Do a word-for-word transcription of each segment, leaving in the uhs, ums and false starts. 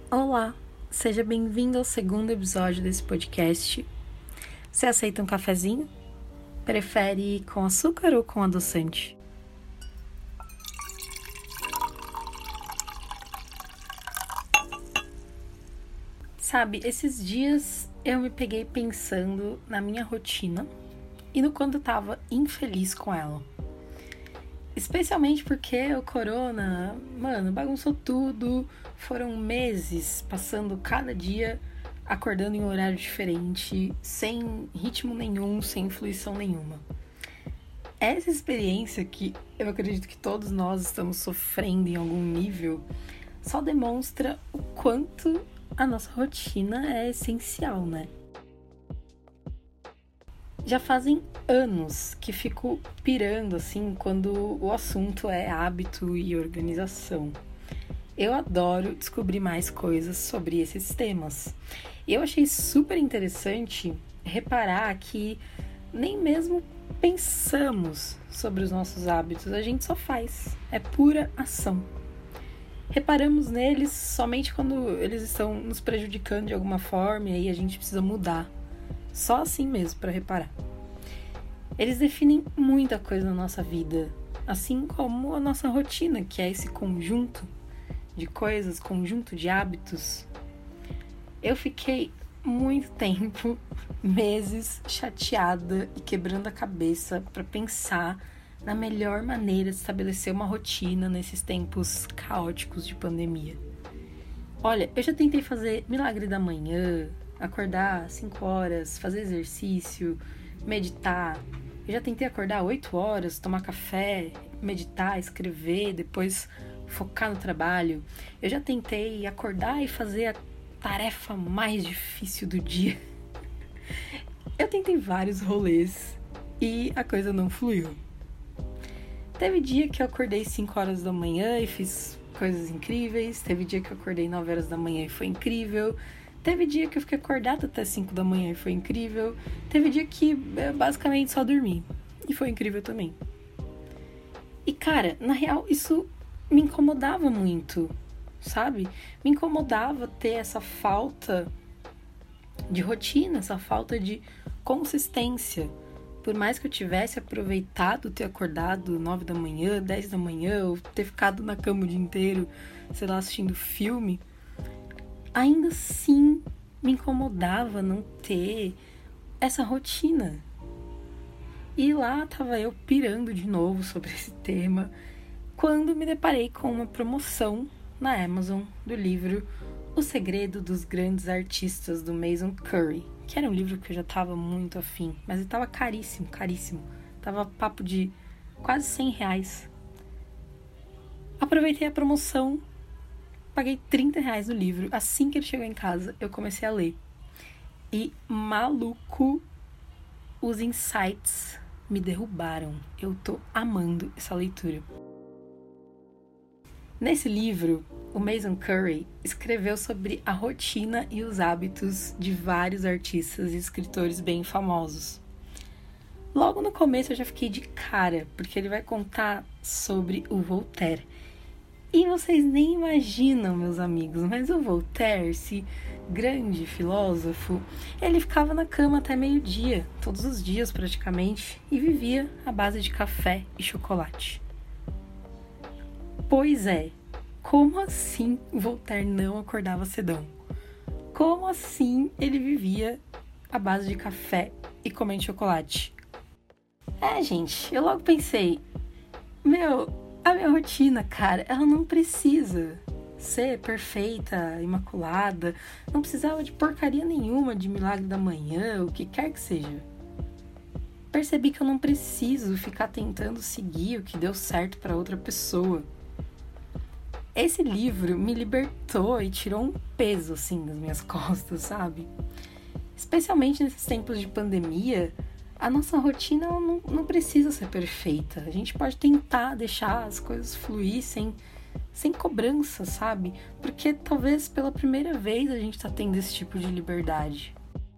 Olá, seja bem-vindo ao segundo episódio desse podcast. Você aceita um cafezinho? Prefere com açúcar ou com adoçante? Sabe, esses dias eu me peguei pensando na minha rotina e no quanto eu tava infeliz com ela. Especialmente porque o corona, mano, bagunçou tudo. Foram meses passando cada dia acordando em um horário diferente, sem ritmo nenhum, sem fluição nenhuma. Essa experiência que eu acredito que todos nós estamos sofrendo em algum nível só demonstra o quanto a nossa rotina é essencial, né? Já fazem anos que fico pirando assim quando o assunto é hábito e organização. Eu adoro descobrir mais coisas sobre esses temas. E eu achei super interessante reparar que nem mesmo pensamos sobre os nossos hábitos, a gente só faz. É pura ação. Reparamos neles somente quando eles estão nos prejudicando de alguma forma e aí a gente precisa mudar. Só assim mesmo para reparar. Eles definem muita coisa na nossa vida, assim como a nossa rotina, que é esse conjunto de coisas, conjunto de hábitos. Eu fiquei muito tempo, meses, chateada e quebrando a cabeça para pensar na melhor maneira de estabelecer uma rotina nesses tempos caóticos de pandemia. Olha, eu já tentei fazer milagre da manhã, acordar cinco horas, fazer exercício, meditar. Eu já tentei acordar oito horas, tomar café, meditar, escrever, depois focar no trabalho. Eu já tentei acordar e fazer a tarefa mais difícil do dia. Eu tentei vários rolês e a coisa não fluiu. Teve dia que eu acordei cinco horas da manhã e fiz coisas incríveis. Teve dia que eu acordei nove horas da manhã e foi incrível. Teve dia que eu fiquei acordada até cinco da manhã e foi incrível. Teve dia que eu basicamente só dormi e foi incrível também. E cara, na real, isso me incomodava muito, sabe? Me incomodava ter essa falta de rotina, essa falta de consistência. Por mais que eu tivesse aproveitado ter acordado nove da manhã, dez da manhã, ou ter ficado na cama o dia inteiro, sei lá, assistindo filme, ainda assim me incomodava não ter essa rotina. E lá tava eu pirando de novo sobre esse tema, quando me deparei com uma promoção na Amazon do livro O Segredo dos Grandes Artistas, do Mason Curry, que era um livro que eu já estava muito afim, mas ele estava caríssimo, caríssimo. Tava papo de quase cem reais. Aproveitei a promoção, paguei trinta reais no livro. Assim que ele chegou em casa, eu comecei a ler. E, maluco, os insights me derrubaram. Eu tô amando essa leitura. Nesse livro, o Mason Curry escreveu sobre a rotina e os hábitos de vários artistas e escritores bem famosos. Logo no começo eu já fiquei de cara, porque ele vai contar sobre o Voltaire. E vocês nem imaginam, meus amigos, mas o Voltaire, esse grande filósofo, ele ficava na cama até meio-dia, todos os dias praticamente, e vivia à base de café e chocolate. Pois é, como assim Voltaire não acordava cedão? Como assim ele vivia à base de café e comendo chocolate? É, gente, eu logo pensei, meu, a minha rotina, cara, ela não precisa ser perfeita, imaculada, não precisava de porcaria nenhuma, de milagre da manhã, o que quer que seja. Percebi que eu não preciso ficar tentando seguir o que deu certo para outra pessoa. Esse livro me libertou e tirou um peso, assim, das minhas costas, sabe? Especialmente nesses tempos de pandemia, a nossa rotina não, não precisa ser perfeita. A gente pode tentar deixar as coisas fluir sem, sem cobrança, sabe? Porque talvez pela primeira vez a gente tá tendo esse tipo de liberdade.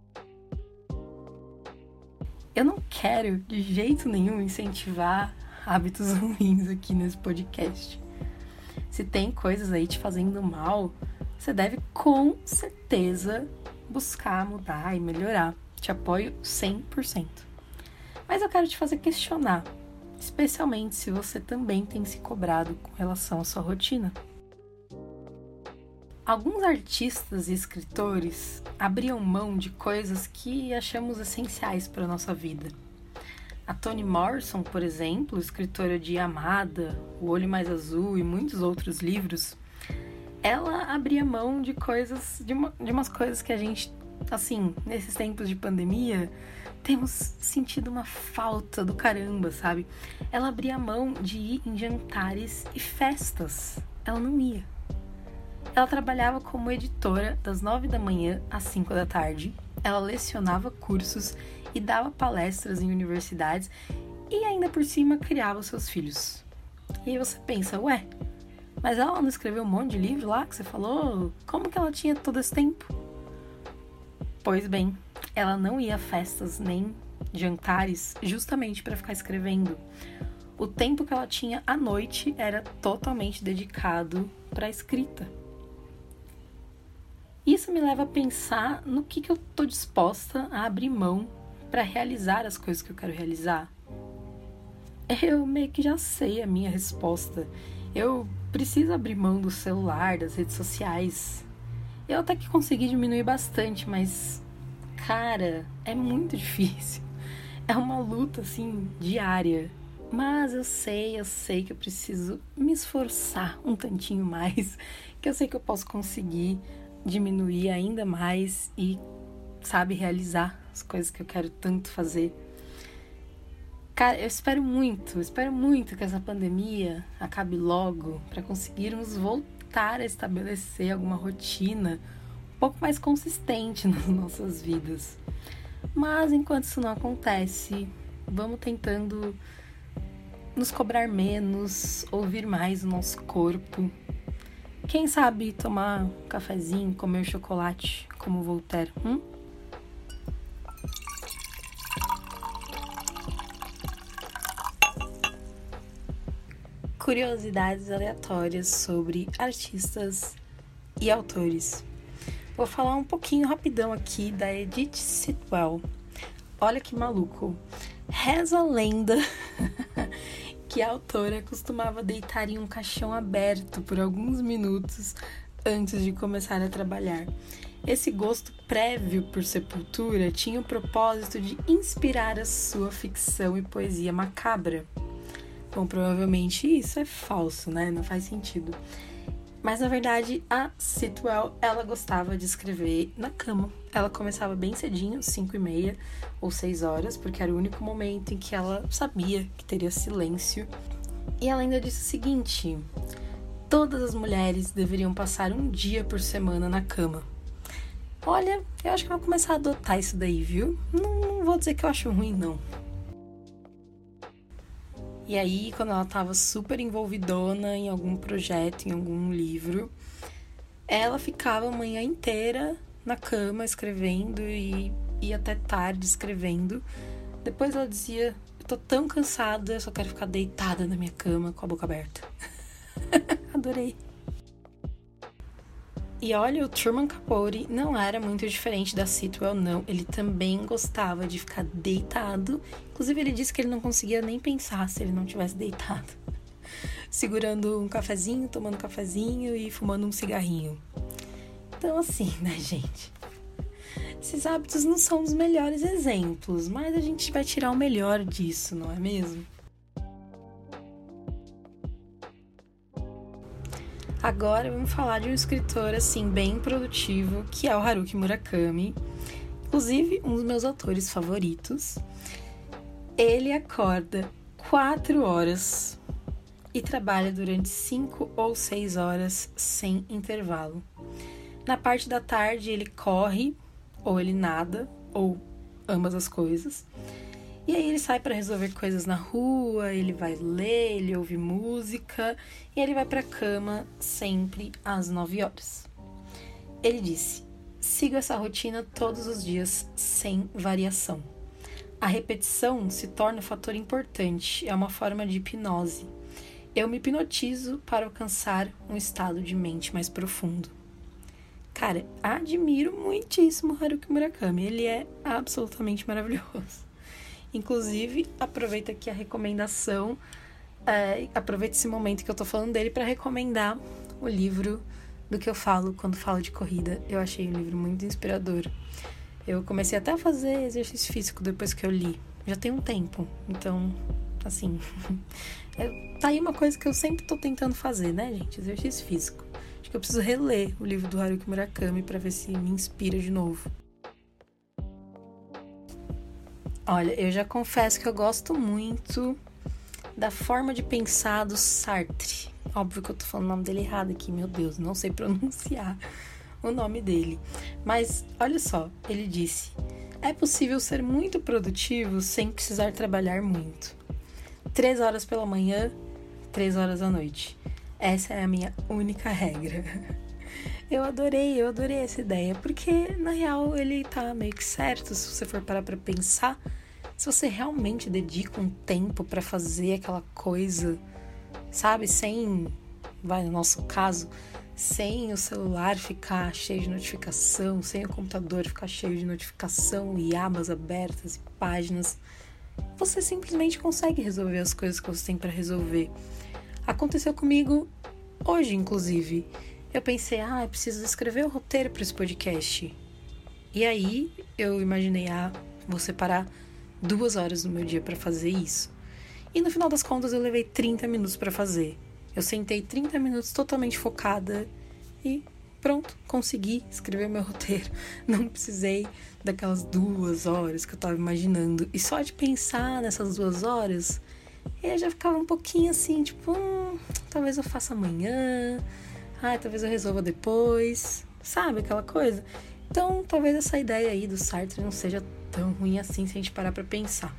Eu não quero, de jeito nenhum, incentivar hábitos ruins aqui nesse podcast. Se tem coisas aí te fazendo mal, você deve com certeza buscar mudar e melhorar. Te apoio cem por cento. Mas eu quero te fazer questionar, especialmente se você também tem se cobrado com relação à sua rotina. Alguns artistas e escritores abriam mão de coisas que achamos essenciais para a nossa vida. A Toni Morrison, por exemplo, escritora de Amada, O Olho Mais Azul e muitos outros livros, ela abria mão de coisas, de, uma, de umas coisas que a gente, assim, nesses tempos de pandemia, temos sentido uma falta do caramba, sabe? Ela abria mão de ir em jantares e festas. Ela não ia. Ela trabalhava como editora das nove da manhã às cinco da tarde. Ela lecionava cursos e dava palestras em universidades e ainda por cima criava seus filhos. E aí você pensa, ué, mas ela não escreveu um monte de livro lá que você falou? Como que ela tinha todo esse tempo? Pois bem, ela não ia a festas nem jantares justamente para ficar escrevendo. O tempo que ela tinha à noite era totalmente dedicado para a escrita. Isso me leva a pensar no que, que eu estou disposta a abrir mão para realizar as coisas que eu quero realizar. Eu meio que já sei a minha resposta. Eu preciso abrir mão do celular, das redes sociais. Eu até que consegui diminuir bastante, mas, cara, é muito difícil. É uma luta, assim, diária. Mas eu sei, eu sei que eu preciso me esforçar um tantinho mais, que eu sei que eu posso conseguir diminuir ainda mais e, sabe, realizar as coisas que eu quero tanto fazer. Cara, eu espero muito, eu espero muito que essa pandemia acabe logo para conseguirmos voltar a estabelecer alguma rotina um pouco mais consistente nas nossas vidas. Mas enquanto isso não acontece, vamos tentando nos cobrar menos, ouvir mais o nosso corpo. Quem sabe tomar um cafezinho, comer chocolate, como Voltaire, hum? Curiosidades aleatórias sobre artistas e autores. Vou falar um pouquinho rapidão aqui da Edith Sitwell. Olha que maluco. Reza a lenda que a autora costumava deitar em um caixão aberto por alguns minutos antes de começar a trabalhar. Esse gosto prévio por sepultura tinha o propósito de inspirar a sua ficção e poesia macabra. Bom, provavelmente isso é falso, né? Não faz sentido. Mas, na verdade, a Sitwell, ela gostava de escrever na cama. Ela começava bem cedinho, cinco e meia ou seis horas, porque era o único momento em que ela sabia que teria silêncio. E ela ainda disse o seguinte: todas as mulheres deveriam passar um dia por semana na cama. Olha, eu acho que eu vou começar a adotar isso daí, viu? Não, não vou dizer que eu acho ruim, não. E aí, quando ela estava super envolvidona em algum projeto, em algum livro, ela ficava a manhã inteira na cama escrevendo e ia até tarde escrevendo. Depois ela dizia, eu tô tão cansada, eu só quero ficar deitada na minha cama com a boca aberta. Adorei. E olha, o Truman Capote não era muito diferente da Sitwell, não. Ele também gostava de ficar deitado. Inclusive, ele disse que ele não conseguia nem pensar se ele não tivesse deitado. Segurando um cafezinho, tomando um cafezinho e fumando um cigarrinho. Então, assim, né, gente? Esses hábitos não são os melhores exemplos, mas a gente vai tirar o melhor disso, não é mesmo? Agora vamos falar de um escritor, assim, bem produtivo, que é o Haruki Murakami. Inclusive, um dos meus autores favoritos. Ele acorda quatro horas e trabalha durante cinco ou seis horas sem intervalo. Na parte da tarde, ele corre, ou ele nada, ou ambas as coisas. E aí ele sai para resolver coisas na rua, ele vai ler, ele ouve música e ele vai para a cama sempre às nove horas. Ele disse: sigo essa rotina todos os dias sem variação. A repetição se torna um fator importante, é uma forma de hipnose. Eu me hipnotizo para alcançar um estado de mente mais profundo. Cara, admiro muitíssimo Haruki Murakami. Ele é absolutamente maravilhoso. Inclusive, aproveita aqui a recomendação. É, aproveita esse momento que eu tô falando dele para recomendar o livro do que eu falo quando falo de corrida. Eu achei um livro muito inspirador. Eu comecei até a fazer exercício físico depois que eu li. Já tem um tempo. Então, assim... é, tá aí uma coisa que eu sempre tô tentando fazer, né, gente? Exercício físico. Acho que eu preciso reler o livro do Haruki Murakami para ver se me inspira de novo. Olha, eu já confesso que eu gosto muito da forma de pensar do Sartre. Óbvio que eu tô falando o nome dele errado aqui, meu Deus, não sei pronunciar o nome dele. Mas, olha só, ele disse: é possível ser muito produtivo sem precisar trabalhar muito. Três horas pela manhã, três horas à noite. Essa é a minha única regra. Eu adorei, eu adorei essa ideia, porque na real ele tá meio que certo, se você for parar pra pensar. Se você realmente dedica um tempo pra fazer aquela coisa, sabe, sem, vai, no nosso caso, sem o celular ficar cheio de notificação, sem o computador ficar cheio de notificação e abas abertas e páginas, você simplesmente consegue resolver as coisas que você tem pra resolver. Aconteceu comigo hoje, inclusive. Eu pensei, ah, eu preciso escrever o roteiro para esse podcast. E aí, eu imaginei, ah, vou separar duas horas do meu dia para fazer isso. E no final das contas, eu levei trinta minutos para fazer. Eu sentei trinta minutos totalmente focada e pronto, consegui escrever meu roteiro. Não precisei daquelas duas horas que eu tava imaginando. E só de pensar nessas duas horas... eu já ficava um pouquinho assim, tipo, hum, talvez eu faça amanhã, ai, talvez eu resolva depois, sabe, aquela coisa? Então, talvez essa ideia aí do Sartre não seja tão ruim assim se a gente parar pra pensar.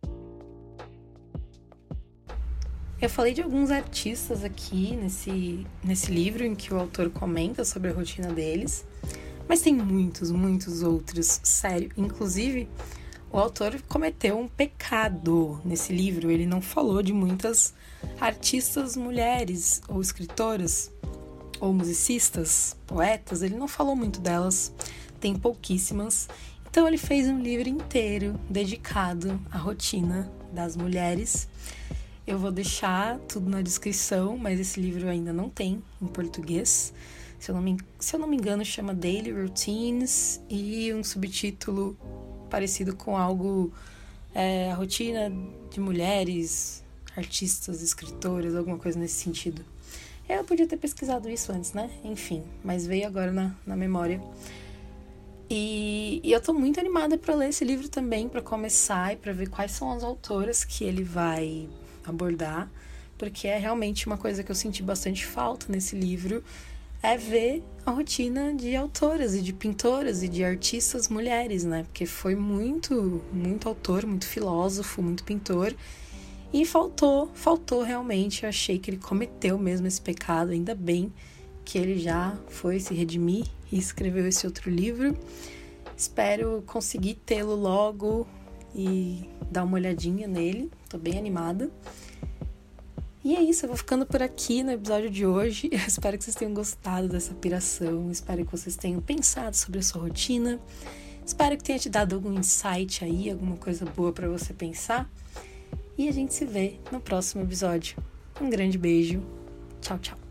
Eu falei de alguns artistas aqui nesse, nesse livro em que o autor comenta sobre a rotina deles, mas tem muitos, muitos outros, sério, inclusive... o autor cometeu um pecado nesse livro. Ele não falou de muitas artistas mulheres, ou escritoras, ou musicistas, poetas. Ele não falou muito delas, tem pouquíssimas. Então ele fez um livro inteiro dedicado à rotina das mulheres. Eu vou deixar tudo na descrição, mas esse livro ainda não tem em português. Se eu não me, se eu não me engano, chama Daily Routines e um subtítulo parecido com algo, é, a rotina de mulheres, artistas, escritoras, alguma coisa nesse sentido. Eu podia ter pesquisado isso antes, né? Enfim, mas veio agora na, na memória. E, e eu tô muito animada para ler esse livro também, para começar e para ver quais são as autoras que ele vai abordar, porque é realmente uma coisa que eu senti bastante falta nesse livro, é ver a rotina de autoras e de pintoras e de artistas mulheres, né? Porque foi muito, muito autor, muito filósofo, muito pintor. E faltou, faltou realmente. Eu achei que ele cometeu mesmo esse pecado. Ainda bem que ele já foi se redimir e escreveu esse outro livro. Espero conseguir tê-lo logo e dar uma olhadinha nele. Tô bem animada. E é isso, eu vou ficando por aqui no episódio de hoje. Eu espero que vocês tenham gostado dessa piração. Espero que vocês tenham pensado sobre a sua rotina. Espero que tenha te dado algum insight aí, alguma coisa boa pra você pensar. E a gente se vê no próximo episódio. Um grande beijo. Tchau, tchau.